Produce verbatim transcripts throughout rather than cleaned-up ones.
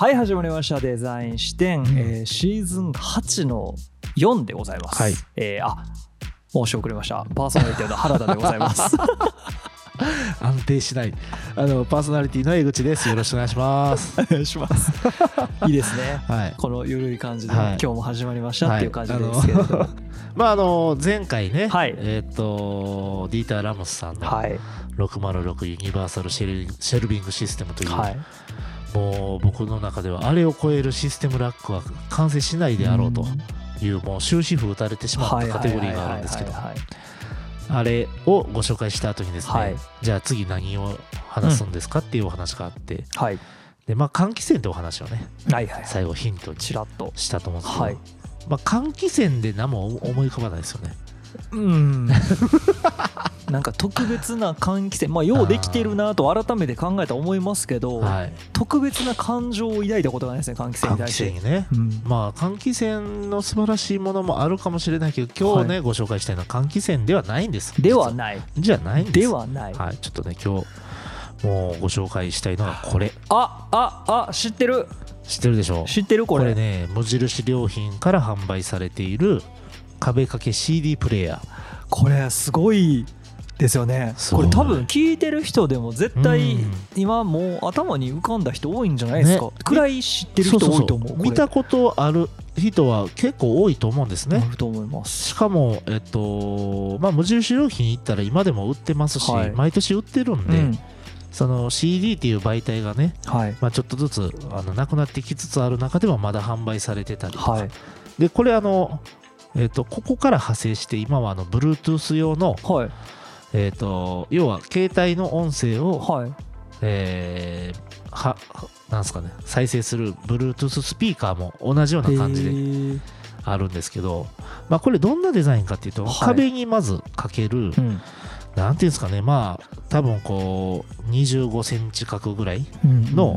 はい、始まりましたデザイン視点、えー、シーズンはちのよんでございます、はい。えー、あ申し遅れました。パーソナリティの原田でございます安定しないあのパーソナリティの江口です。よろしくお願いしますお願いしますいいですね、はい、このゆるい感じで、はい、今日も始まりましたっていう感じですけれども、はい、 まああの前回ね、はい、えっ、ー、とディーター・ラモスさんのろくまるろくユニバーサルシェル、シェルビングシステムという、はい、もう僕の中ではあれを超えるシステムラックは完成しないであろうという、もう終止符打たれてしまったカテゴリーがあるんですけど、あれをご紹介した後にですね、はい、じゃあ次何を話すんですかっていうお話があって、はい、でまあ換気扇ってお話をね、はいはいはい、最後ヒントにしたと思うんですけど、はい、まあ、換気扇で何も思い浮かばないですよね。 うんなんか特別な換気扇、まあようできてるなと改めて考えたら思いますけど、はい、特別な感情を抱いたことがないですね、換気扇に対して。 換気扇ね、うん、まあ換気扇の素晴らしいものもあるかもしれないけど、今日ね、はい、ご紹介したいのは換気扇ではないんです。 ではないじゃないんです。 ではない、 はい、ちょっとね今日もうご紹介したいのはこれ。 あああ知ってる知ってるでしょ。 知ってるこれ。 これね、無印良品から販売されている壁掛け シーディー プレイヤー。 これすごいですよね。これ多分聞いてる人でも絶対今もう頭に浮かんだ人多いんじゃないですか、ね、くらい知ってる人多いと思う。 そうそうそう、見たことある人は結構多いと思うんですね。 あると思います。 しかも、えっとまあ、無印良品行ったら今でも売ってますし、はい、毎年売ってるんで、うん、その シーディー っていう媒体がね、はい、まあ、ちょっとずつあのなくなってきつつある中ではまだ販売されてたりとか、はい、でこれあのえー、とここから派生して今はあの Bluetooth 用の、はい、えー、と要は携帯の音声を、はい、えー、はなんですかね、再生する Bluetooth スピーカーも同じような感じであるんですけど、まあ、これどんなデザインかっていうと、はい、壁にまずかける、うん、なんていうんですかね、まあ多分こうにじゅうごセンチ角ぐらいの、うん、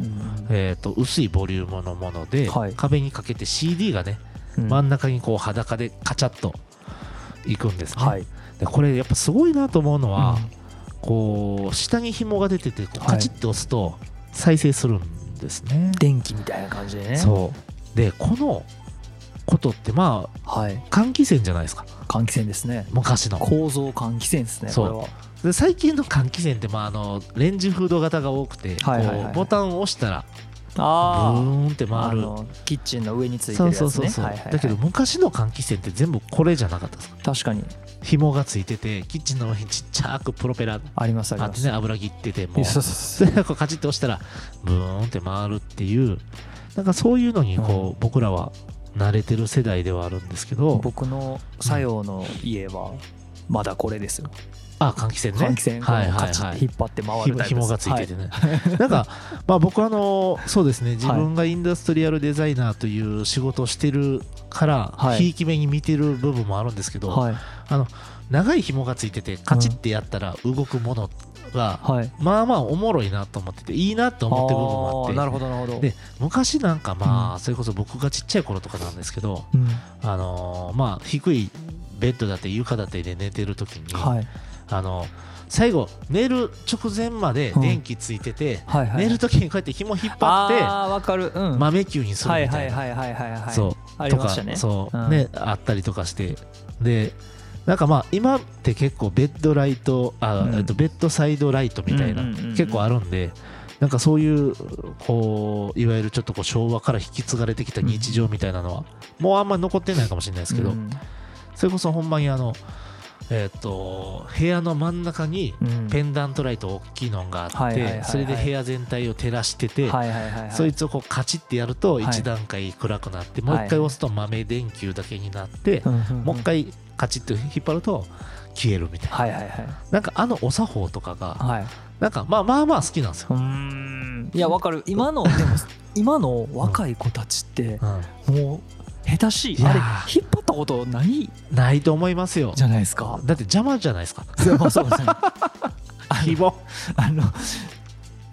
えー、と薄いボリュームのもので、はい、壁にかけて シーディー がね真ん中にこう裸でカチャッといくんですね、はい、でこれやっぱすごいなと思うのは、うん、こう下に紐が出ててこうカチッと押すと再生するんですね、はい、 電気みたいな感じでね。 そうでこのことってまあ、はい、換気扇じゃないですか。 換気扇ですね。 昔の構造換気扇ですね。これはで最近の換気扇って、まあ、あのレンジフード型が多くて、はいはいはい、こうボタンを押したらあブーンって回る、 キッチンの上についてるやつね。そうそうそうそう、はいはいはい、 だけど昔の換気扇って全部これじゃなかったですか。 確かに紐がついててキッチンの上にちっちゃくプロペラありますあります、 ね、油切っててもうそれでこうカチッと押したらブーンって回るっていう、なんかそういうのにこう、うん、僕らは慣れてる世代ではあるんですけど、 僕の作用の家はまだこれですよ。 あ、換気扇ね。 換気扇、はいはいはい、引っ張って回るタイプです。 紐がついててね、はい、なんか、まあ、僕はあのそうですね、自分がインダストリアルデザイナーという仕事をしてるからひいき目に見てる部分もあるんですけど、はい、あの長い紐がついててカチッてやったら動くものが、うん、まあまあおもろいなと思ってていいなと思ってる部分もあって、 なるほどなるほど。 で昔なんかまあ、うん、それこそ僕がちっちゃい頃とかなんですけど、うん、あのー、まあ低いベッドだって床だってで寝てる時に、はい、あの最後寝る直前まで電気ついてて、うん、はいはい、寝る時にこうやって紐引っ張ってあわかる、うん、 豆球にするみたいな、そうありましたね。 そう、うん、ね、あったりとかして、でなんかまあ今って結構ベッドライトあ、うん、ベッドサイドライトみたいな、うんうんうんうん、結構あるんで、なんかそういうこういわゆるちょっとこう昭和から引き継がれてきた日常みたいなのは、うん、もうあんまり残ってないかもしれないですけど、うん、それこそほんまにあのえー、と部屋の真ん中にペンダントライト大きいのがあって、それで部屋全体を照らしてて、そいつをこうカチッてやるといち段階暗くなって、もう一回押すと豆電球だけになって、もう一回カチッと引っ張ると消えるみたいな、はいはいはい、なんかあのお作法とかが、はい、なんかまあまあまあ好きなんですよ。うーん、いやわかる。今のでも今の若い子たちって、うん、もう下手しい、あれ引っ張ったことないないと思いますよ。 じゃないですか。 だって邪魔じゃないですか。 まあそうですね。 紐あの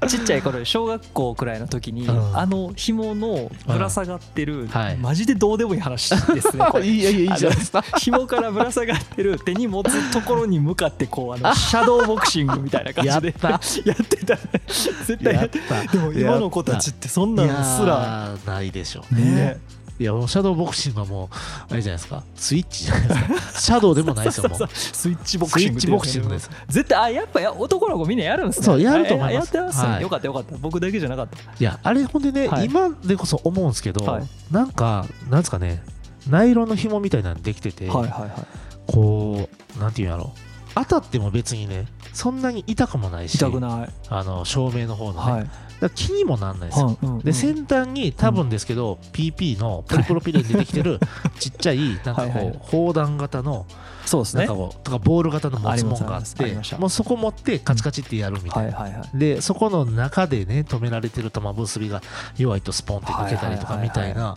ちっちゃい頃小学校くらいの時に、うん、あの紐のぶら下がってる、うんはい、マジでどうでもいい話ですねこれ。 いやいやいいじゃないですか。 紐からぶら下がってる手に持つところに向かってこうあのシャドーボクシングみたいな感じでや, やってた、ね、絶対やってた。でも今の子たちってそんなのすらないでしょうね。ねいやもうシャドーボクシングはもうあれじゃないですか、スイッチじゃないですか。シャドウでもないですよ。もうスイッチボクシング、 スイッチボクシングです。 絶対あやっぱや男の子みんなやるんですね。 そうやると思います。 やってますね、はい、よかったよかった。僕だけじゃなかった。 いやあれほんでね、はい、今でこそ思うんですけど、はい、なんかなんですかね、ナイロンの紐みたいなのできてて、はいはいはい、こうなんていうんやろ、当たっても別にねそんなに痛くもないし、 痛くない、 あの照明の方のね、はい、だ気にもなんないですよ、 うんうんうん、 で先端に多分ですけど、うん、ピーピー のポリプロピレンでできてるちっちゃいなんかこうはい、はい、砲弾型のそうですね、 なんかこうとかボール型の持つもんがあってもうそこ持ってカチカチってやるみたいな、はいはいはい、でそこの中でね止められてる弾結びが弱いとスポンって抜けたりとかみたいな、はいはいはいはい、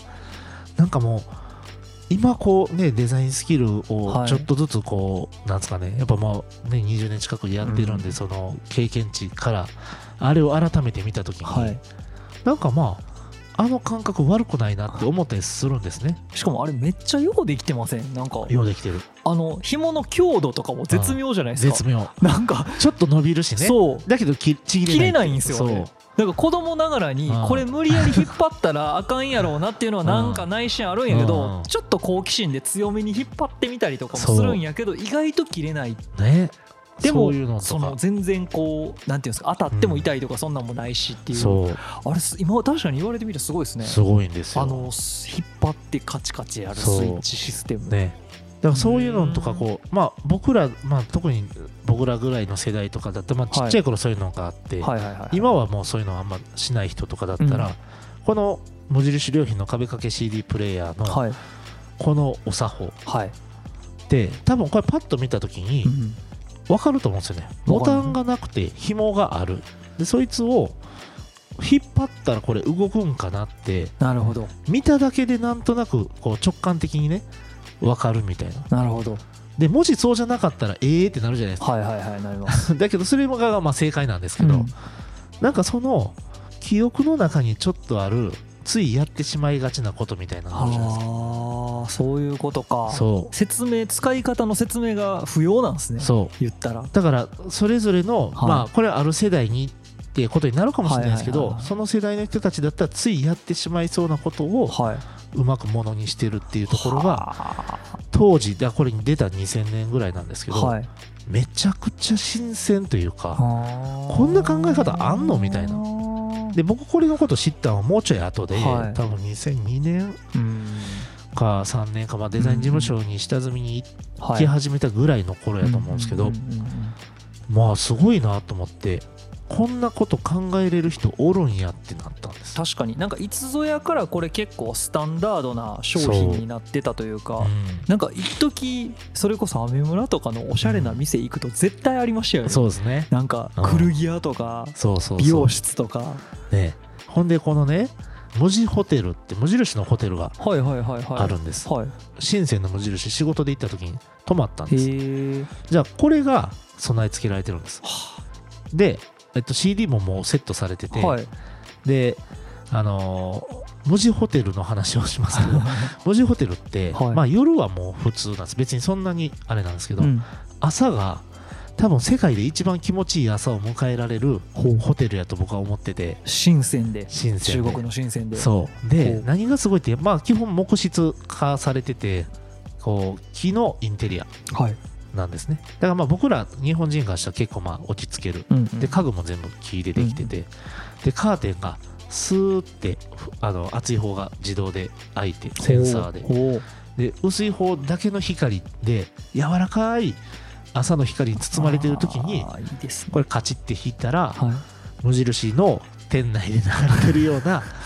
なんかもう今こうねデザインスキルをちょっとずつこうなんですかね、やっぱもうねにじゅうねん近くやってるんで、その経験値からあれを改めて見た時になんかまああの感覚悪くないなって思ったりするんですね。 しかもあれめっちゃようできてません？なんかようできてる。 あの紐の強度とかも絶妙じゃないですか。 絶妙。 なんかちょっと伸びるしね。そうだけどちぎれない。 切れないんですよね。なんか子供ながらにこれ無理やり引っ張ったらあかんやろうなっていうのはなんか内心あるんやけど、ちょっと好奇心で強めに引っ張ってみたりとかもするんやけど意外と切れない。 ね。 でもその全然こうなんていうんですか、当たっても痛いとかそんなんもないしっていう、あれ今確かに言われてみたらすごいですね。 すごいんですよ。 あの引っ張ってカチカチやるスイッチシステムね。だからそういうのとかこう、まあ、僕ら、まあ、特に僕らぐらいの世代とかだったら、まあ、ちっちゃい頃そういうのがあって、はいはいはいはい、今はもうそういうのあんましない人とかだったら、うん、この無印良品の壁掛け シーディー プレイヤーのこのお作法で、多分これパッと見た時に分かると思うんですよね。ボタンがなくて紐がある、でそいつを引っ張ったらこれ動くんかなって、 なるほど、 見ただけでなんとなくこう直感的にね分かるみたいな。 なるほど。 でもしそうじゃなかったらえーってなるじゃないですか。 はいはいはい、なりますだけどそれがまあ正解なんですけど、うん、なんかその記憶の中にちょっとあるついやってしまいがちなことみたいなのあるじゃないですか。 ああ、そういうことか。 そう、 説明、使い方の説明が不要なんですね。そう言ったらだからそれぞれの、はい、まあこれはある世代にっていうことになるかもしれないですけど、はいはいはいはい、その世代の人たちだったらついやってしまいそうなことを、はい、うまくものにしてるっていうところが当時だこれに出たにせんねんぐらいなんですけど、はい、めちゃくちゃ新鮮というか、こんな考え方あんのみたいな。で僕これのこと知ったのはもうちょい後で、はい、多分にせんにねんかさんねんか、まあ、デザイン事務所に下積みに行き始めたぐらいの頃やと思うんですけど、まあすごいなと思って、こんなこと考えれる人おるんやってなったんです。 確かになんかいつぞやからこれ結構スタンダードな商品になってたというか、うん、なんか一時それこそアメ村とかのおしゃれな店行くと絶対ありましたよね、うん、そうですね。なんか古着屋とか、うん、そうそうそう、美容室とかね。 ほんでこのね無地ホテルって無印のホテルがあるんです、はいはいはいはい、深センの無印仕事で行った時に泊まったんです。へじゃあこれが備え付けられてるんです。でえっと、シーディー ももうセットされてて、はい、であのー、無地ホテルの話をしますけど無地ホテルって、はい、まあ、夜はもう普通なんです。別にそんなにあれなんですけど、うん、朝が多分世界で一番気持ちいい朝を迎えられるホテルやと僕は思ってて、 深センで深センで中国の深センで、 そうで何がすごいって、まあ、基本木質化されててこう木のインテリア、はい、なんですね。だからまあ僕ら日本人からしたら結構まあ落ち着ける、うんうん、で家具も全部木でできてて、うんうん、でカーテンがスーってあの厚い方が自動で開いてセンサーで、で薄い方だけの光で柔らかい朝の光に包まれている時にいいです、ね、これカチッて引いたら、はい、無印の店内で流れてるような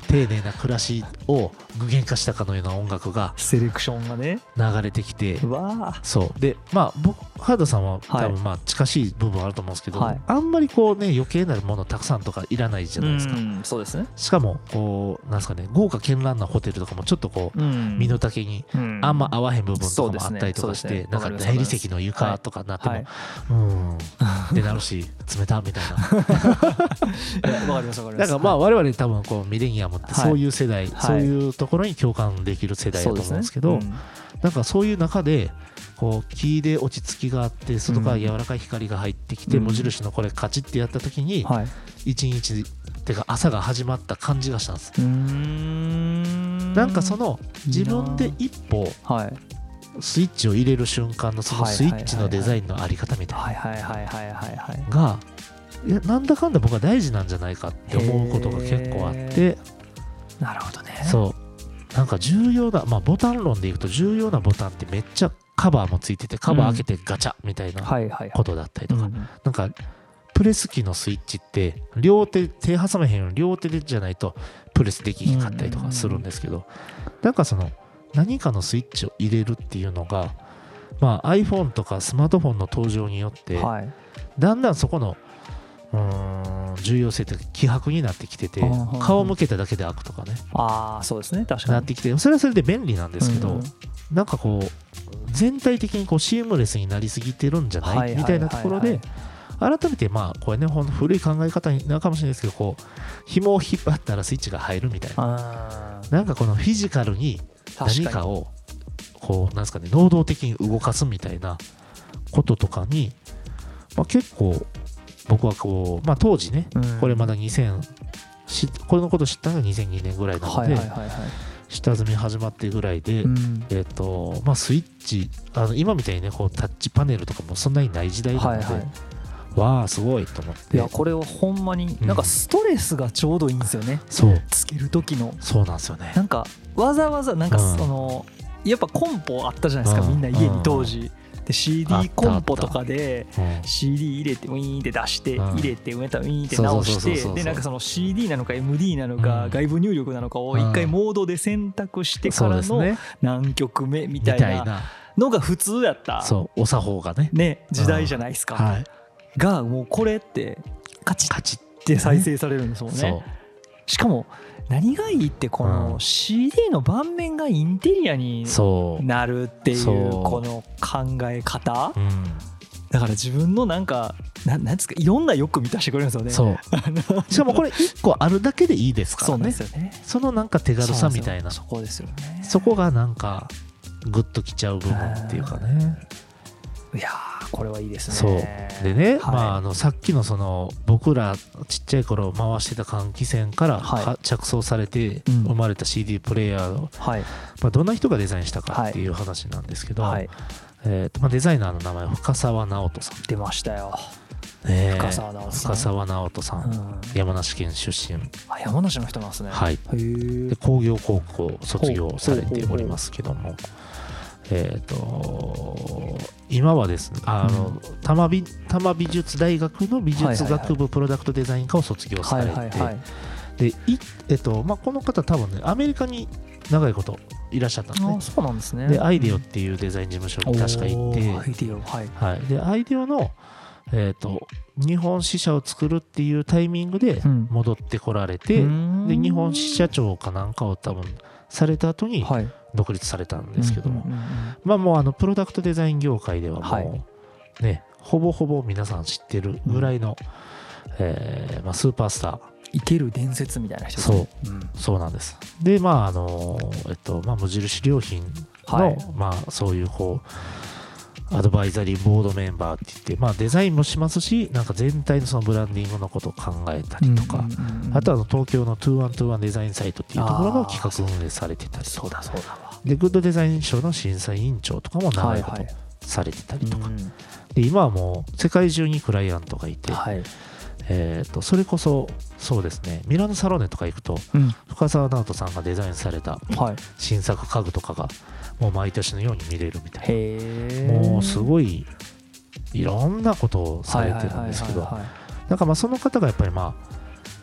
丁寧な暮らしを具現化したかのような音楽がセレクションがね流れてきて、 わそうでまあ僕原田さんは多分まあ近しい部分あると思うんですけど、はい、あんまりこうね余計なものたくさんとかいらないじゃないですか。 うんそうですね。 しかもこうなんですかね豪華絢爛なホテルとかもちょっとこう、うん、身の丈にあんま合わへん部分とかもあったりとかして、ねね、なんか大理石の床とかになっても、はい、うんってなるし冷たみたいな。わかりますわかります。 だからまあ我々多分こうミレニアムってそういう世代、はい、そういうところに共感できる世代だと思うんですけど、ねうん、なんかそういう中でこう木で落ち着きがあって外から柔らかい光が入ってきて、うん、無印のこれカチッてやった時に、はい、一日ってか朝が始まった感じがしたんです。うーんなんかその自分で一歩スイッチを入れる瞬間のそのスイッチのデザインのあり方みたいながいやなんだかんだ僕は大事なんじゃないかって思うことが結構あって。 なるほどね。 そうなんか重要な、まあ、ボタン論でいくと重要なボタンってめっちゃカバーもついててカバー開けてガチャみたいなことだったりとか、なんかプレス機のスイッチって両手手挟めへんように両手でじゃないとプレスできひんかったりとかするんですけど、なんかその何かのスイッチを入れるっていうのが、まあ、iPhone とかスマートフォンの登場によってだんだんそこのうーん重要性って希薄になってきてて、顔を向けただけで開くとかね、 ああそうですね確かになってきて、それはそれで便利なんですけど、なんかこう全体的にこうシームレスになりすぎてるんじゃないみたいなところで改めてまあこれねほんと古い考え方になるかもしれないですけど、こう紐を引っ張ったらスイッチが入るみたいな、なんかこのフィジカルに何かをこうなんですかね能動的に動かすみたいなこととかに、まあ、結構僕はこうまあ当時ねこれまだにせんこれのこと知ったのがにせんにねんぐらいなので下積み始まってぐらいで、えっとまあスイッチあの今みたいにねこうタッチパネルとかもそんなにない時代なので、わあすごいと思って、 いやこれはほんまになんかストレスがちょうどいいんですよね、そうつける時の。 そうなんですよね。 なんかわざわざなんかそのやっぱコンポあったじゃないですか、みんな家に当時で シーディー コンポとかで シーディー 入れてウィーンって出して入れてまたウィーンって直してでなんかその シーディー なのか エムディー なのか外部入力なのかを一回モードで選択してからの何曲目みたいなのが普通やったそうお作法がねね時代じゃないですか、がもうこれってカチッって再生されるんですもんね。しかも何がいいってこの シーディー の盤面がインテリアになるっていうこの考え方、だから自分のなんかななんですかいろんな欲満たしてくれるんですよね。 そうしかもこれいっこあるだけでいいですからね。 そうなんですよね。 そのなんか手軽さみたいなそこですよね。 そこがなんかグッときちゃう部分っていうかね。 いやーこれはいいですね。 そうでね、はい、まあ、あのさっきのその僕らちっちゃい頃回してた換気扇から、はい、着想されて生まれた シーディー プレイヤーを、はい、まあ、どんな人がデザインしたかっていう話なんですけど、はい、えーとまあ、デザイナーの名前は深澤直人さん。 出ましたよ、 ね、 深澤直人さん。 深澤直人さん、うん、山梨県出身。 あ山梨の人なんですね。 はい、で工業高校を卒業されておりますけども、えー、と今はですねあの、うん、多摩美、多摩美術大学の美術学部プロダクトデザイン科を卒業されて、でい、えーとまあ、この方多分ねアメリカに長いこといらっしゃったんですね。 あそうなんですね。 でアイデオっていうデザイン事務所に確か行って、 アイデオ、はいはい、でアイデオの、えー、と日本支社を作るっていうタイミングで戻ってこられて、うん、で日本支社長かなんかを多分された後に、はい、独立されたんですけども、まあもうあのプロダクトデザイン業界ではもうね、ほぼほぼ皆さん知ってるぐらいの、えまあスーパースター、 生ける伝説みたいな人。 そう、そうなんです。でまああのえっとまあ無印良品のまあそういうこうアドバイザリーボードメンバーって言って、まあ、デザインもしますしなんか全体のそのブランディングのことを考えたりとか、あとは東京のにせんにじゅういちデザインサイトっていうところの企画運営されてたりとか、でグッドデザイン賞の審査委員長とかも長いことされてたりとか、で今はもう世界中にクライアントがいて、はい、えー、とそれこそそうですねミラノサロネとか行くと、うん、深澤直人さんがデザインされた新作家具とかがもう毎年のように見れるみたいな、もうすごいいろんなことをされてるんですけど、なんかまあその方がやっぱりまあ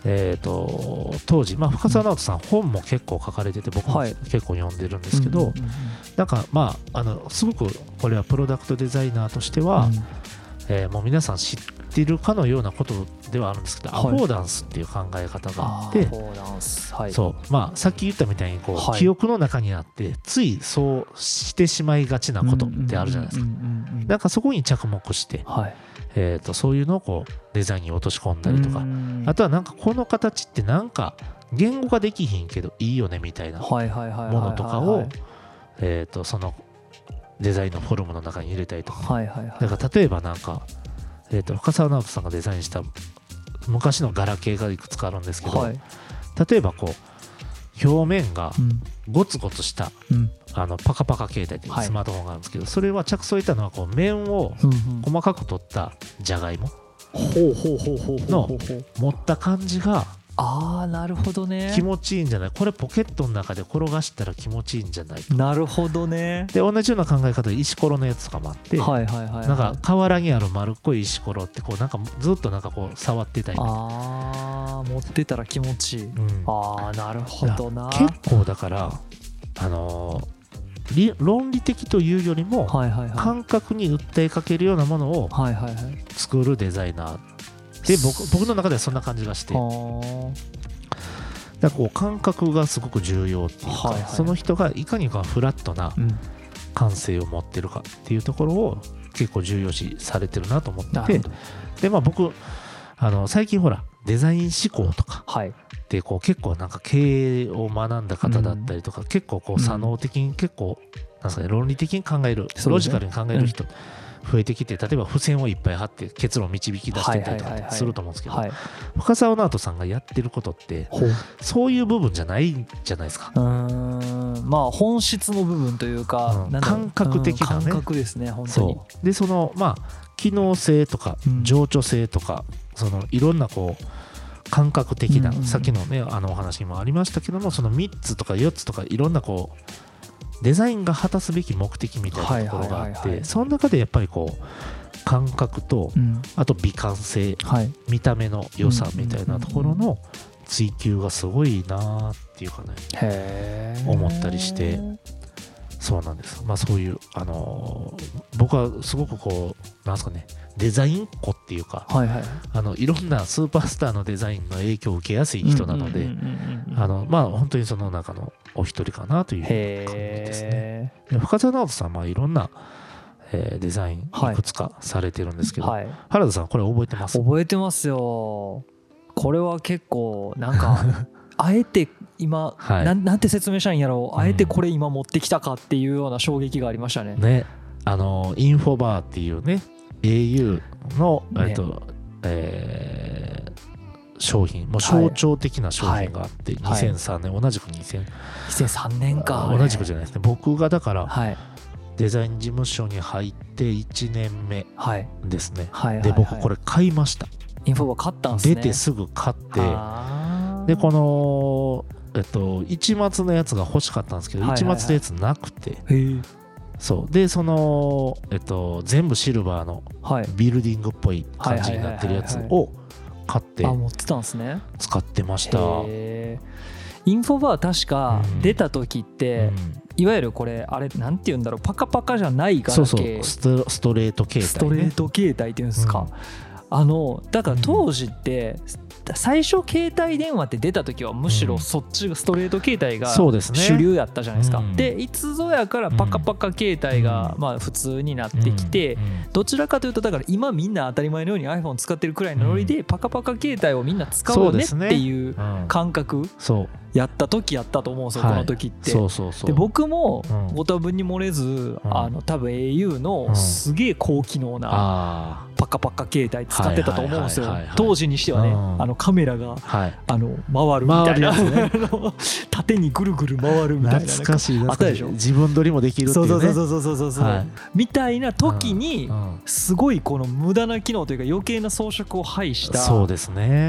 えー、と当時、まあ、深澤直人さん本も結構書かれてて僕も結構読んでるんですけど、なんかまああのすごくこれはプロダクトデザイナーとしては、うんえー、もう皆さん知ってるかのようなことではあるんですけど、はい、アフォーダンスっていう考え方があって、アフォーダンス、はい、そうまあ、さっき言ったみたいにこう、はい、記憶の中にあってついそうしてしまいがちなことってあるじゃないですか。なんかそこに着目して、はいえー、とそういうのをこうデザインに落とし込んだりとか、あとはなんかこの形ってなんか言語ができひんけどいいよねみたいなものとかをえとそのデザインのフォルムの中に入れたりとか、はいはいはい、だから例えばなんか、えー、と深澤直人さんがデザインした昔のガラケーがいくつかあるんですけど、はい、例えばこう表面がゴツゴツした、うん、あのパカパカ携帯っていうスマートフォンがあるんですけど、はい、それは着想を得たのはこう面を細かく取ったじゃがいもの持った感じがあーなるほどね気持ちいいんじゃない、これポケットの中で転がしたら気持ちいいんじゃないと。 なるほどね。 で同じような考え方で石ころのやつとかもあって、はいはいはいはい、なんか河原にある丸っこい石ころってこうなんかずっとなんかこう触ってたり、 あー持ってたら気持ちいい、うん、あーなるほどな。 結構だからあのー、論理的というよりも感覚に訴えかけるようなものを作るデザイナーで 僕, 僕の中ではそんな感じがして、だからこう感覚がすごく重要っていうか、はいはい、その人がいかにかフラットな感性を持ってるかっていうところを結構重要視されてるなと思ってて、で、まあ、僕あの最近ほらデザイン思考とかでこう結構なんか経営を学んだ方だったりとか、うん、結構こう左脳的に結構なんですかね、論理的に考える、ロジカルに考える人、増えてきて、例えば付箋をいっぱい貼って結論を導き出してたりとかすると思うんですけど、深澤直人さんがやってることってそういう部分じゃないんじゃないですか。 うーん、まあ本質の部分というか、 うん、感覚的なね、 感覚ですね本当に。 そうでそのまあ機能性とか情緒性とか、うん、そのいろんなこう感覚的な、うんうん、さっきのねあのお話にもありましたけども、そのみっつとかよっつとかいろんなこうデザインが果たすべき目的みたいなところがあって、はいはいはいはい、その中でやっぱりこう感覚と、うん、あと美観性、はい、見た目の良さみたいなところの追求がすごいなっていうかね、へー思ったりして、そうなんです。まあそういうあのー、僕はすごくこうなんすかね、デザインっ子っていうか、はいはい、あのいろんなスーパースターのデザインの影響を受けやすい人なので、あのまあ本当にその中のお一人かなという感じですね。で深澤直人さんはいろんな、えー、デザインいくつかされてるんですけど、はい、原田さんこれ覚えてます？ 覚えてますよ。これは結構なんかあえて今、はい、な, なんて説明したんやろう、あえてこれ今持ってきたかっていうような衝撃がありましたね。 ね、あのインフォバーっていうね エーユー の、ねえっとえー、商品、もう象徴的な商品があって、はい、にせんさんねん、同じくにせんさんねんか、 同じくじゃないですね。僕がだから、はい、デザイン事務所に入っていちねんめですね、はいはいはいはい、で僕これ買いました。 インフォバー買ったんですね。 出てすぐ買って、でこのえっと一末のやつが欲しかったんですけど、はいはいはい、一末のやつなくて、へそうでその、えっと、全部シルバーのビルディングっぽい感じになってるやつを買って持ってたんですね。 使ってました。 へインフォバー確か出た時って、うんうん、いわゆるこれあれなんて言うんだろう、パカパカじゃないガラケー、 そうそうストレート携帯、ね、 ストレート携帯っていうんですか、うん、あのだから当時って、うん最初携帯電話って出た時はむしろそっちがストレート携帯が主流やったじゃないですか。うん、でいつぞやからパカパカ携帯がまあ普通になってきて、どちらかというとだから今みんな当たり前のように iPhone 使ってるくらいのノリでパカパカ携帯をみんな使うよねっていう感覚やった時やったと思うんですよ、この時って。そうそうそうで僕もご多分に漏れず、あの多分 エーユー のすげえ高機能なパカパカ携帯使ってたと思うんですよ、当時にしてはね。あのカメラが、はい、あの回るみたいな、ね、縦にぐるぐる回るみたいな、 懐かしい、あったでしょ。自分撮りもできるっていうね、 そうそうそうそうそうそう、はい、みたいな時にすごいこの無駄な機能というか余計な装飾を排した、 そうですね、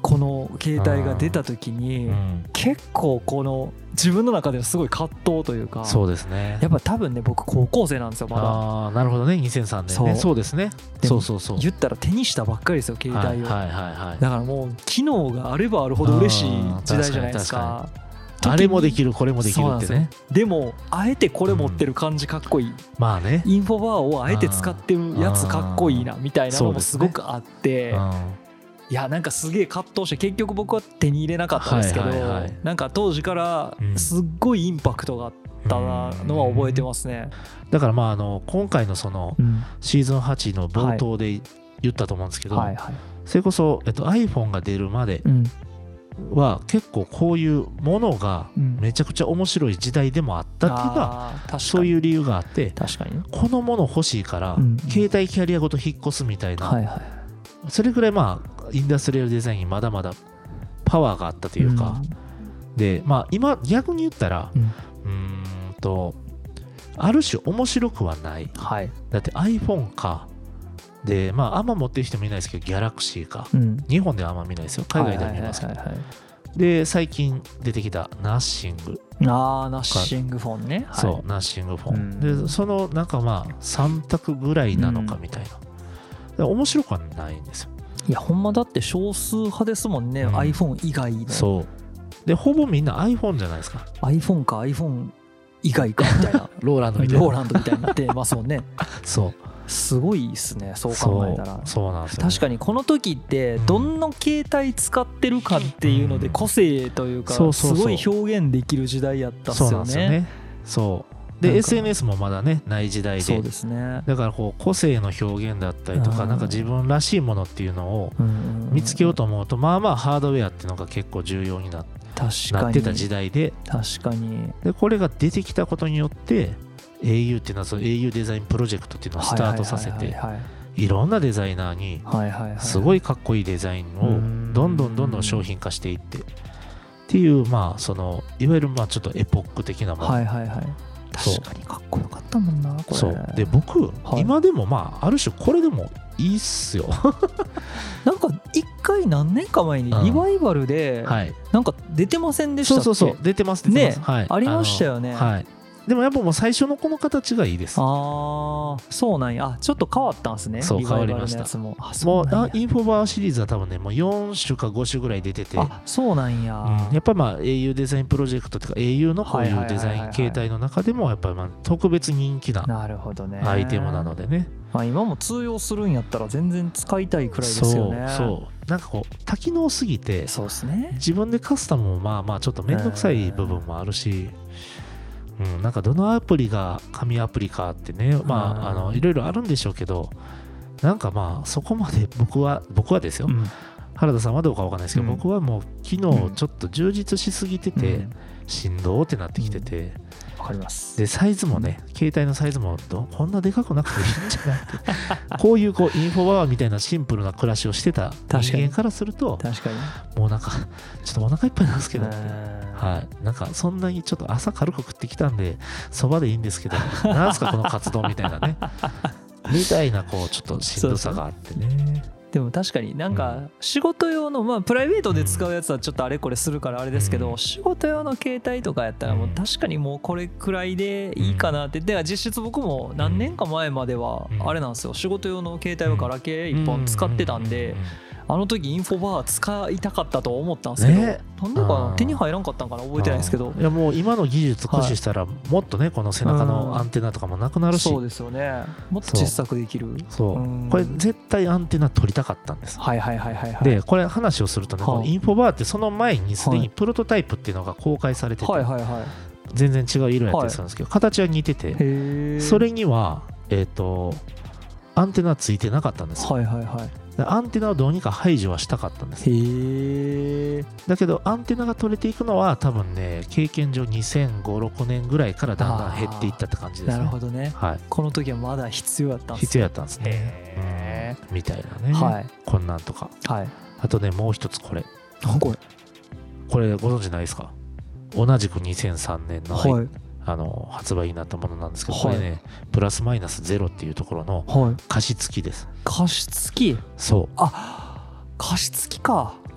この携帯が出た時に、うん、結構この自分の中ではすごい葛藤というか、 そうですね、 やっぱ多分ね僕高校生なんですよまだ。 ああなるほどね、にせんさんねんね。そう、そうですね。そうそうそう、 言ったら手にしたばっかりですよ携帯を、 はいはいはいはい、 だからもう機能があればあるほど嬉しい時代じゃないですか。 あれもできるこれもできるってね。 でもあえてこれ持ってる感じかっこいい、うん、 まあね、 インフォバーをあえて使ってるやつかっこいいなみたいなのもすごくあって、いやなんかすげえ葛藤して結局僕は手に入れなかったんですけど、はいはいはい、なんか当時からすっごいインパクトがあったのは覚えてますね、 うん、だからまああの今回のそのシーズンはちの冒頭で言ったと思うんですけど、はいはいはい、それこそ、えっと、iPhone が出るまでは結構こういうものがめちゃくちゃ面白い時代でもあったっていうか、うん、そういう理由があって、 確かにこのもの欲しいから携帯キャリアごと引っ越すみたいな、はいはい、それぐらいまあインダストリアルデザインにまだまだパワーがあったというか、うん、でまあ今逆に言ったら、うん、うーんとある種面白くはない、はい、だって iPhone かでまああんま持ってる人もいないですけどギャラクシーか、うん、日本ではあんま見ないですよ、海外では見ますけど、で最近出てきたナッシング、 あーナッシングフォンね、 そう、はい、ナッシングフォン、うん、でそのなんかまあさん択ぐらいなのかみたいな、うん、面白くはないんですよ。 いやほんまだって少数派ですもんね、うん、iPhone 以外の。 そうでほぼみんな iPhone じゃないですか。 iPhone か iPhone 以外かみたいなローランドみたいなローランドみたいになってますもんねそうすごいですね、そう考えたら。 そう、そうなんですよね。 確かにこの時ってどの携帯使ってるかっていうので個性というかすごい表現できる時代やったっすよね。そうなんですよね。そうで エスエヌエス もまだねない時代で、 そうですね、 だからこう個性の表現だったりとかなんか自分らしいものっていうのを見つけようと思うとまあまあハードウェアっていうのが結構重要になってた時代で、 確かにでこれが出てきたことによって エーユー っていうのはその エーユー デザインプロジェクトっていうのをスタートさせていろんなデザイナーにすごいかっこいいデザインをどんどんどんどん商品化していってっていうまあそのいわゆるまあちょっとエポック的なもの、はいはいはい、 確かにかっこよかったもんなこれ。 そうで僕、はい、今でもまあある種これでもいいっすよなんか一回何年か前にリバイバルでなんか出てませんでしたっけ、 そうそうそう出てます出てます、 ね、 はい、 ありましたよね。 はい、でもやっぱもう最初のこの形がいいです。 ああそうなんや。あちょっと変わったんですね。 そう変わりました。もうインフォバーシリーズは多分ねもうよん種かご種ぐらい出てて、 あそうなんや、 うん、やっぱまあ エーユー デザインプロジェクトとか エーユー のこういうデザイン形態の中でもやっぱりまあ特別人気なアイテムなのでね。 まあ、今も通用するんやったら全然使いたいくらいですよね。 そうそうなんかこう多機能すぎてそうですね、 自分でカスタムもまあまあちょっと面倒くさい部分もあるし、うん、なんかどのアプリが神アプリかってね、まああのいろいろあるんでしょうけど、なんかまあそこまで僕は僕はですよ、うん、原田さんはどうかわかんないですけど、うん、僕はもう機能ちょっと充実しすぎてて、うん、しんどーってなってきてて、うんわかります。 でサイズもね、うん、携帯のサイズもどこんなでかくなくていいんじゃないってこういうこうインフォバーみたいなシンプルな暮らしをしてた人間からすると確かにもうなんかちょっとお腹いっぱいなんですけど、はい、なんかそんなにちょっと朝軽く食ってきたんでそばでいいんですけどなんすかこのカツ丼みたいなねみたいなこうちょっとしんどさがあってね。そうそうでも確かになんか仕事用のまあプライベートで使うやつはちょっとあれこれするからあれですけど、仕事用の携帯とかやったらもう確かにもうこれくらいでいいかなって。では実質僕も何年か前まではあれなんですよ、仕事用の携帯はガラケーいっぽん使ってたんで、あの時インフォバー使いたかったと思ったんですけど、ね、なんでかな手に入らんかったんかな覚えてないですけど、 いやもう今の技術駆使したらもっとねこの背中のアンテナとかもなくなるし、 そうですよね、もっと小さくできる。 そう、これ絶対アンテナ取りたかったんです。 はいはいはいはい、はい、 でこれ話をするとね、このインフォバーってその前にすでにプロトタイプっていうのが公開されてて、はいはいはい、全然違う色やったりするんですけど、はい、形は似てて、それにはえっとアンテナついてなかったんですよ。はいはいはい。アンテナをどうにか排除はしたかったんです。へー。だけどアンテナが取れていくのは多分ね経験上にせんご、ろくねんぐらいからだんだん減っていったって感じですね。 なるほどね、はい、この時はまだ必要だったんですね。 必要だったんですね、うん、みたいなね、はい、こんなんとか、はい、あとねもう一つこれこれこれご存知ないですか。同じくにせんさんねんの、はい、あの発売になったものなんですけど、はい、これねプラスマイナスゼロっていうところの加湿器です。 加湿器。 そう。 あ加湿器か。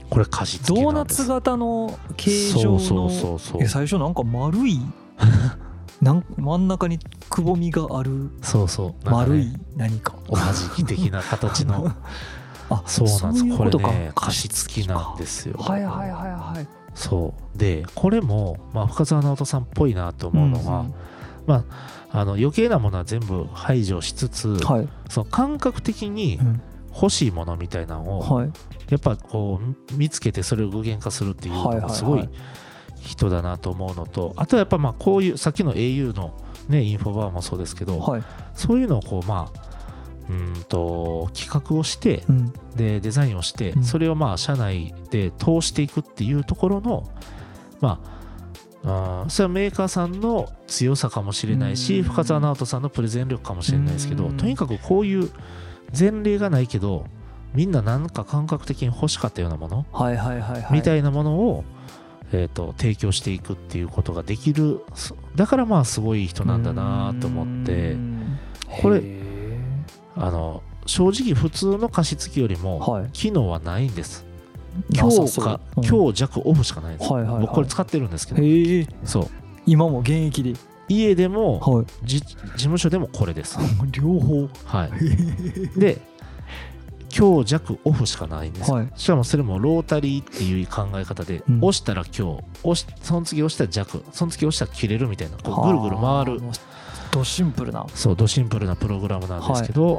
これ加湿器ドーナツ型の形状のそうそうそうそう。 最初なんか丸いなん真ん中にくぼみがあるそうそう丸い何かおはじき的な形のあそうなんです。これね加湿器なんですよ。 はいはいはいはい。 そうでこれも、まあ、深澤直人さんっぽいなと思うのは、うんうん、まあ、あの余計なものは全部排除しつつ、はい、その感覚的に欲しいものみたいなのを、はい、やっぱこう見つけてそれを具現化するっていうのがすごい人だなと思うのと、あとはやっぱまあこういうさっきの エーユー の、ね、インフォバーもそうですけど、はい、そういうのをこうまあうんと企画をして、うん、でデザインをして、うん、それをまあ社内で通していくっていうところのまあ、あそれはメーカーさんの強さかもしれないし、深澤直人さんのプレゼン力かもしれないですけど、とにかくこういう前例がないけどみんななんか感覚的に欲しかったようなもの、はいはいはいはい、みたいなものを、えーと、提供していくっていうことができる。だからまあすごい人なんだなと思って、これあの正直普通の加湿器よりも機能はないんです、はい、強か、うん、強弱オフしかないんです、はいはいはい、僕これ使ってるんですけど、へそう今も現役で家でも、はい、事務所でもこれです両方、 はい、で強弱オフしかないんです、はい、しかもそれもロータリーっていう考え方で、うん、押したら強、押しその次押したら弱、その次押したら切れるみたいな、こうぐるぐる回るドシンプルなそうドシンプルなプログラムなんですけど、はい、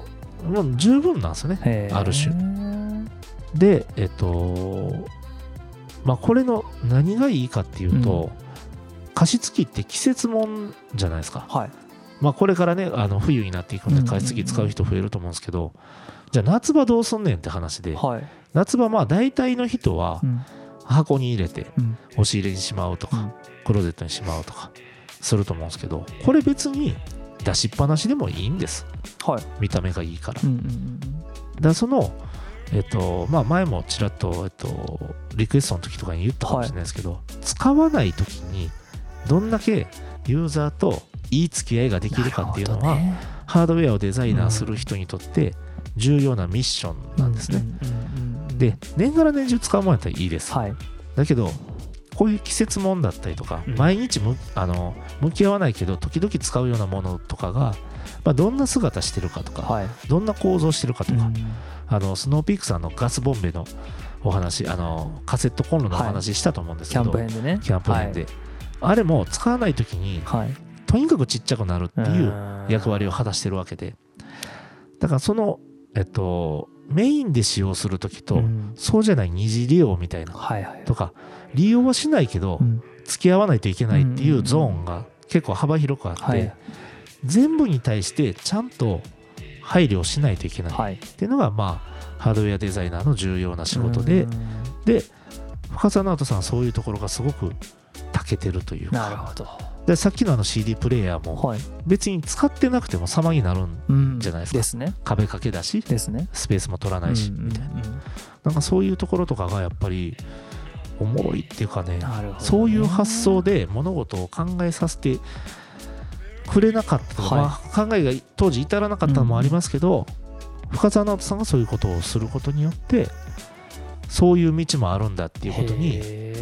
もう十分なんですよね、ある種で。えっとまあこれの何がいいかっていうと、うん、加湿器って季節もんじゃないですか、はい、まあこれからねあの冬になっていくんで加湿器使う人増えると思うんですけど、うんうんうん、じゃあ夏場どうすんねんって話で、はい、夏場まあ大体の人は箱に入れて押し入れにしまうとか、うん、クローゼットにしまうとかすると思うんですけど、これ別に出しっぱなしでもいいんです、はい、見た目がいいから、うんうんうん、だからその、えっとまあ、前もちらっと、えっと、リクエストの時とかに言ったかもしれないですけど、はい、使わない時にどんだけユーザーといい付き合いができるかっていうのは、ね、ハードウェアをデザイナーする人にとって重要なミッションなんですね、うんうんうんうん、で年がら年中使うものやったらいいです、はい、だけどこういう季節もんだったりとか、うん、毎日むあの向き合わないけど時々使うようなものとかが、まあ、どんな姿してるかとか、はい、どんな構造してるかとか、うん、あのスノーピークさんのガスボンベのお話、あのカセットコンロのお話したと思うんですけど、 はい、キャンプ編でね、 キャンプ編で、はい、あれも使わない時に、はい、とにかくちっちゃくなるっていう役割を果たしてるわけで、だからそのえっとメインで使用するときと、うん、そうじゃない二次利用みたいな、はいはい、とか利用はしないけど、うん、付き合わないといけないっていうゾーンが結構幅広くあって、はい、全部に対してちゃんと配慮しないといけないっていうのが、まあ、ハードウェアデザイナーの重要な仕事で、で深澤直人さんはそういうところがすごく長けてるというか。 なるほど。 でさっきのあの シーディー プレイヤーも別に使ってなくても様になるんじゃないですか、うんですね、壁掛けだしですね、スペースも取らないしみたいな、うんうんうん、なんかそういうところとかがやっぱりおもろいっていうか ね, ねそういう発想で物事を考えさせてくれなかったとか、はい、まあ、考えが当時至らなかったのもありますけど、うん、深澤直人さんがそういうことをすることによってそういう道もあるんだっていうことに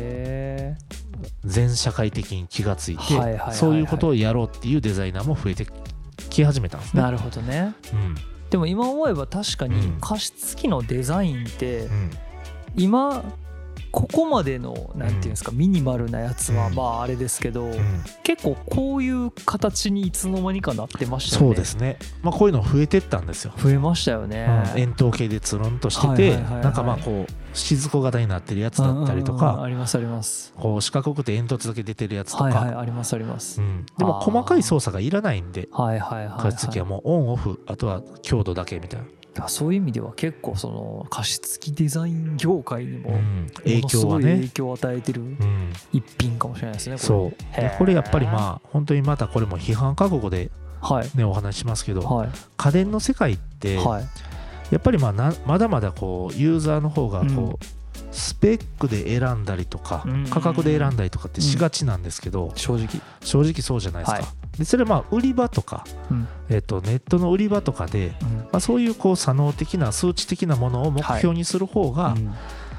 全社会的に気がついて、はいはいはいはい、そういうことをやろうっていうデザイナーも増えてき始めたんですね。 なるほどね、うん、でも今思えば確かに加湿器のデザインって、うん、今ここまでのなんていうんですか、ミニマルなやつはまああれですけど、結構こういう形にいつの間にかなってましたよね。 そうですね、まあ、こういうの増えてったんですよ。 増えましたよね、 うん、円筒形でつるんとしてて、なんかまあこう静子型になってるやつだったりとか、 うんうんうん、ありますあります。 こう四角くて煙突だけ出てるやつとか、 はいはい、ありますあります、うん、 でも細かい操作がいらないんで、はいはいはいはい、加湿器はもうオンオフ、あとは強度だけみたいな。 そういう意味では結構その加湿器デザイン業界にもものすごい影響を与えてる一品かもしれないですね。 そうでこれやっぱりまあ本当にまたこれも批判覚悟でねお話しますけど、はい、家電の世界ってやっぱりまあなまだまだこうユーザーの方がこう、うん、スペックで選んだりとか価格で選んだりとかってしがちなんですけど、 うん、正直正直そうじゃないですか、はい、でそれはまあ売り場とか、うんえー、とネットの売り場とかで、うんまあ、そういうこう作能的な数値的なものを目標にする方が、はいうん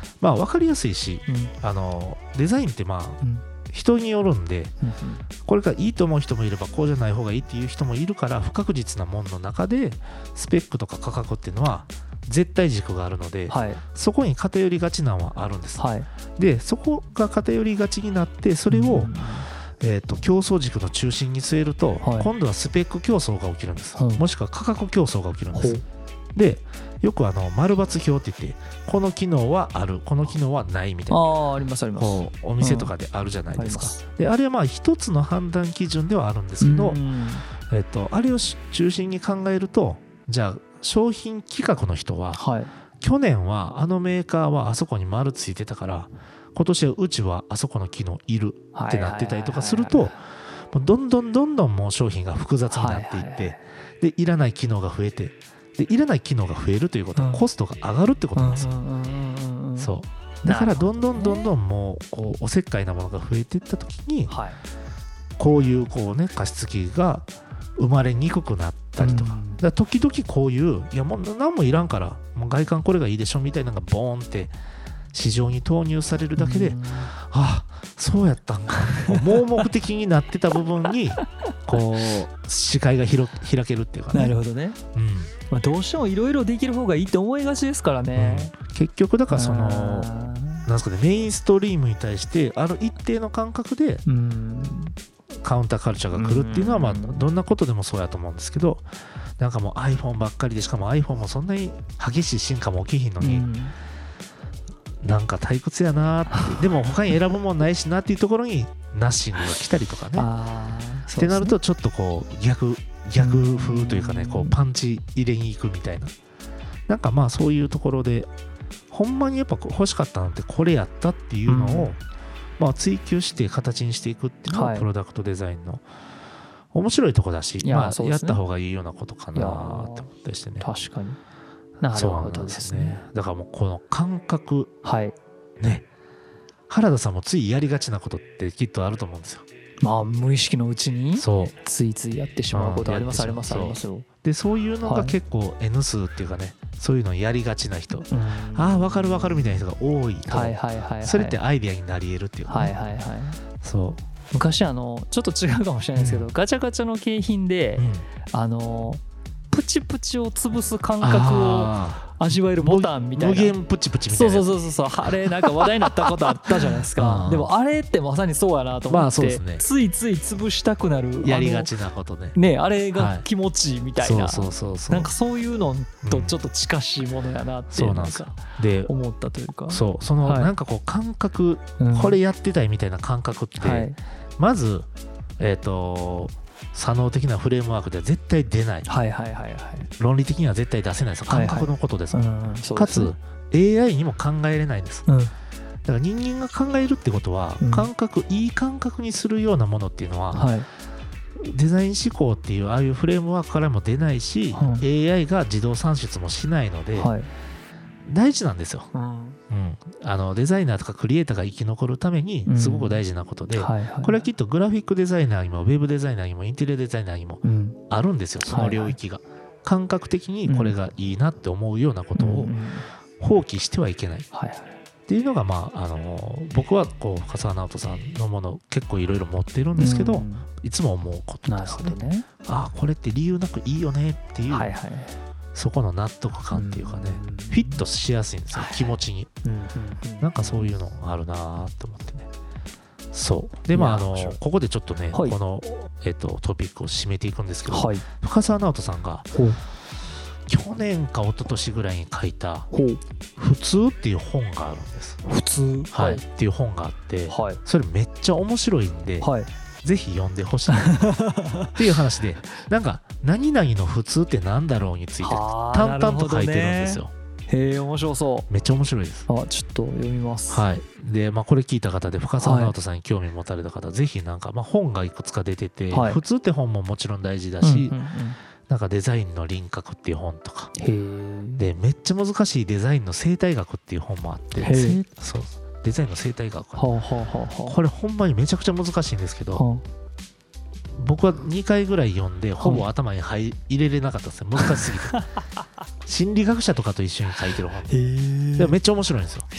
まあ分かりやすいし、うん、あのデザインってまあ、うん人によるんで、うんうん、これがいいと思う人もいればこうじゃない方がいいっていう人もいるから、不確実なものの中でスペックとか価格っていうのは絶対軸があるので、はい、そこに偏りがちなのはあるんです、はい、でそこが偏りがちになってそれを、うんえー、と競争軸の中心に据えると、はい、今度はスペック競争が起きるんです、はい、もしくは価格競争が起きるんです、でよくあの丸×表って言ってこの機能はあるこの機能はないみたいなあありますありますこうお店とかであるじゃないですか、うん、であれはまあ一つの判断基準ではあるんですけど、えっと、あれを中心に考えるとじゃあ商品企画の人は、はい、去年はあのメーカーはあそこに丸ついてたから今年はうちはあそこの機能いるってなってたりとかするとどんどんどんどんもう商品が複雑になっていって、でいらない機能が増えてでいらない機能が増えるということはコストが上がるってことなんですよ。そうだからどんどんどんどんもうこうおせっかいなものが増えていった時に、はい、こういうこうね加湿器が生まれにくくなったりとか、だから時々こういういやもう何もいらんからもう外観これがいいでしょみたいなのがボーンって市場に投入されるだけで、ああそうやったんか盲目的になってた部分にこう視界が広開けるっていうかね。 なるほどね、うんまあ、どうしてもいろいろできる方がいいって思いがちですからね、 うん、結局だからそのなんですかね、メインストリームに対してある一定の感覚でカウンターカルチャーが来るっていうのはまあどんなことでもそうやと思うんですけど、なんかもう iPhone ばっかりでしかも iPhone もそんなに激しい進化も起きひんのに、うんなんか退屈やなってでも他に選ぶもんないしなっていうところにナッシングが来たりとかねあーってなるとちょっとこう逆逆風というかねこうパンチ入れに行くみたいな、なんかまあそういうところでほんまにやっぱ欲しかったのってこれやったっていうのをまあ追求して形にしていくっていうのがプロダクトデザインの面白いとこだし、まあやった方がいいようなことかなって思ったりしてね。 確かになるほどですね。 だからもうこの感覚、はい、ね、原田さんもついやりがちなことってきっとあると思うんですよ。 まあ無意識のうちについついやってしまうことありますありますありますよ。 でそういうのが結構 N 数っていうかね、そういうのやりがちな人、ああ分かる分かるみたいな人が多いと、はいはいはいはい、それってアイデアになり得るっていうか、ね、はいはいはい、 そう昔あのちょっと違うかもしれないですけど、うん、ガチャガチャの景品で、うん、あのプチプチを潰す感覚を味わえるボタンみたいな、 無限プチプチみたいな、 そうそうそうそう、あれなんか話題になったことあったじゃないですかでもあれってまさにそうやなと思って、まあそうですね、ついつい潰したくなるやりがちなことね、 ねあれが気持ちいいみたいな、そうそうそうそう、なんかそういうのとちょっと近しいものやなってなんか思ったというか、 そうそのなんかこう感覚、これやってたいみたいな感覚ってまずえっと作能的なフレームワークでは絶対出ない、はいはいはいはい、論理的には絶対出せないです、感覚のことです、はいはいうん、ですね、かつ エーアイ にも考えれないんです、うん、だから人間が考えるってことは、うん、感覚いい感覚にするようなものっていうのは、はい、デザイン思考っていうああいうフレームワークからも出ないし、うん、エーアイ が自動算出もしないので、はい、大事なんですよ、うんうん、あのデザイナーとかクリエイターが生き残るためにすごく大事なことで、うんはいはい、これはきっとグラフィックデザイナーにもウェブデザイナーにもインテリアデザイナーにもあるんですよ、うん、その領域が、はいはい、感覚的にこれがいいなって思うようなことを放棄してはいけない、うんはいはい、っていうのが、まあ、あの僕はこう深澤直人さんのもの結構いろいろ持ってるんですけど、うん、いつも思うことですね。ね、ああこれって理由なくいいよねっていう、はいはい、そこの納得感っていうかね、うん、フィットしやすいんですよ、はい、気持ちに、うん、なんかそういうのがあるなと思ってね。そうでまああのここでちょっとね、はい、この、えっと、トピックを締めていくんですけど、はい、深澤直人さんが去年か一昨年ぐらいに書いた「普通」っていう本があるんです。 普通、 はい、っていう本があって、はい、それめっちゃ面白いんで、はい、ぜひ読んでほしいっていう話で、なんか何々の普通ってなんだろうについて淡々と書いてるんですよ。 へえ面白そう。 めっちゃ面白いです。 あちょっと読みます。 はい。でまあこれ聞いた方で深澤直人さんに興味持たれた方、はい、ぜひなんかまあ本がいくつか出てて、はい、普通って本ももちろん大事だし、うんうんうん、なんかデザインの輪郭っていう本とか、へでめっちゃ難しいデザインの生態学っていう本もあって、へそうデザインの生態学、はあはあはあ、これほんまにめちゃくちゃ難しいんですけど、はあ、僕はにかいぐらい読んでほぼ頭に入れれなかったですね、難しすぎて心理学者とかと一緒に書いてる本でめっちゃ面白いんですよ。 めっ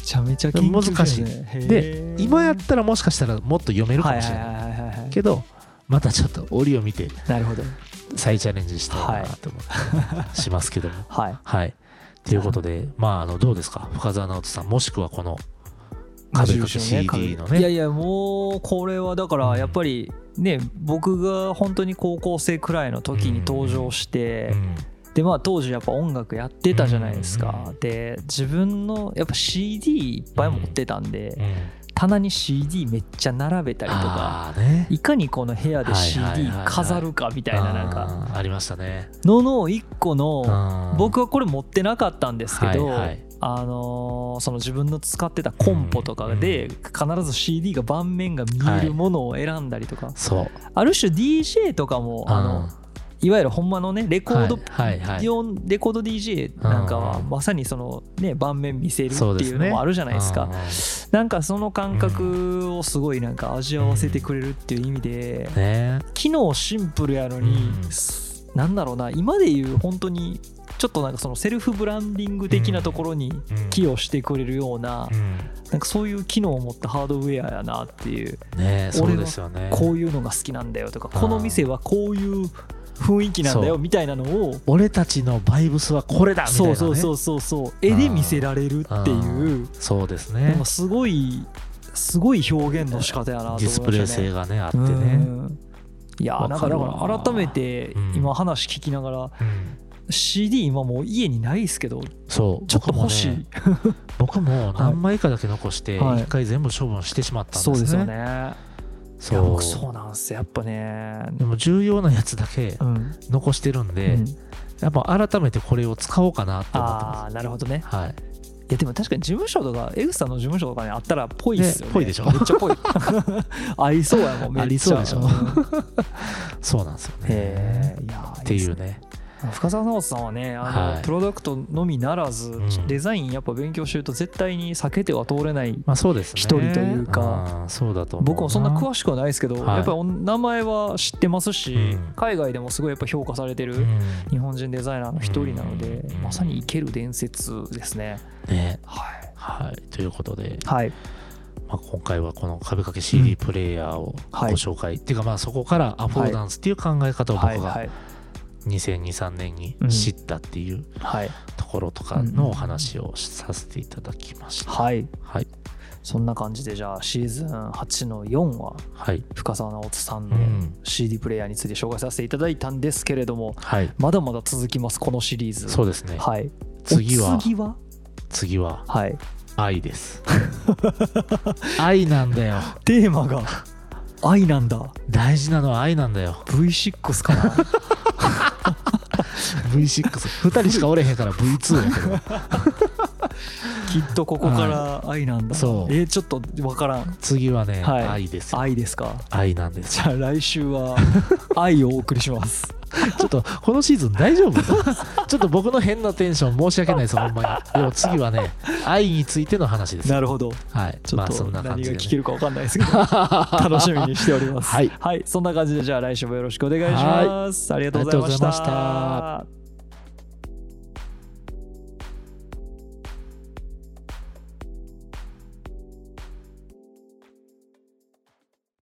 ちゃめちゃ研究してる、ね、 難しいで今やったらもしかしたらもっと読めるかもしれないけどまたちょっと折を見てなるほど再チャレンジしたいなと思ってしますけどもはい、はい、ということでまああのどうですか深澤直人さんもしくはこの壁掛け シーディー のねいやいやもうこれはだからやっぱりね、うん、僕が本当に高校生くらいの時に登場して、うんうんでまあ、当時やっぱ音楽やってたじゃないですか、うんうん、で自分のやっぱ シーディー いっぱい持ってたんで、うんうん、棚に シーディー めっちゃ並べたりとか、ね、いかにこの部屋で シーディー 飾るかみたいななんかありましたねののいっこの僕はこれ持ってなかったんですけど、はいはい、あのー、その自分の使ってたコンポとかで必ず シーディー が盤面が見えるものを選んだりとか、はい、そうある種 ディージェー とかもあのいわゆるほんまのねレコード、はいはいはい、レコード ディージェー なんかはまさにそのね盤面見せるっていうのもあるじゃないですか。ですね、なんかその感覚をすごいなんか味わわせてくれるっていう意味で、うんね、機能シンプルやのに、うん、なんだろうな今でいう本当にちょっとなんかそのセルフブランディング的なところに寄与してくれるような、うん、なんかそういう機能を持ったハードウェアやなっていう、ね、俺はこういうのが好きなんだよとかこの店はこういう雰囲気なんだよみたいなのを俺たちのバイブスはこれだみたいな、ね、 そうそうそうそう絵で見せられるっていうそうですねでもすごいすごい表現の仕方やなと思いましたね。 ディスプレイ性がねあってねいやなんかだから改めて今話聞きながら、うん、シーディー 今もう家にないですけどそうちょっと欲しい僕も、ね、僕も何枚かだけ残して一回全部処分してしまったんですね、はい、そうですよねそういや僕そうなんですよやっぱねでも重要なやつだけ残してるんで、うん、やっぱ改めてこれを使おうかなって思ってます。 あーなるほどね、はい、いやでも確かに事務所とか江口さんの事務所とかにあったらぽいっすよね。 ぽいでしょめっちゃぽいありそうやもんめっちゃありそうでしょそうなんですよねへいやっていうね深澤直人さんはねあの、はい、プロダクトのみならず、うん、デザインやっぱ勉強してると絶対に避けては通れない一人というか、 まあそうだと思う僕もそんな詳しくはないですけど、はい、やっぱ名前は知ってますし、うん、海外でもすごいやっぱ評価されてる日本人デザイナーの一人なので、うん、まさに生ける伝説ですね。ねはい、はい、ということで、はいまあ、今回はこの壁掛け シーディー プレイヤーをご紹介、うんはい、っていうかまあそこからアフォーダンスっていう考え方を僕が、はいはいはいにせんにじゅうさんねんに知ったっていうところとかのお話をさせていただきました。 はい、はい、そんな感じでじゃあシーズンはちのよんは深澤直人さんの シーディー プレイヤーについて紹介させていただいたんですけれども、はい、まだまだ続きますこのシリーズ。 そうですね、 はい、 次は次は次は、はい、愛です愛なんだよテーマが愛なんだ。 大事なのは愛なんだよ。 ブイシックス かなブイシックス ふたりしかおれへんから ブイツー やけどきっとここから愛なんだ、はい、そうえー、ちょっと分からん。 次はね、はい、愛ですよ。 愛ですか。 愛なんです。 じゃあ来週は愛をお送りしますちょっとこのシーズン大丈夫ちょっと僕の変なテンション申し訳ないですほんまに。でも次はね愛についての話です。 なるほど、 はい、 ちょっと何が聞けるか分かんないですけど楽しみにしておりますはい、はい、そんな感じでじゃあ来週もよろしくお願いします。ありがとうございました。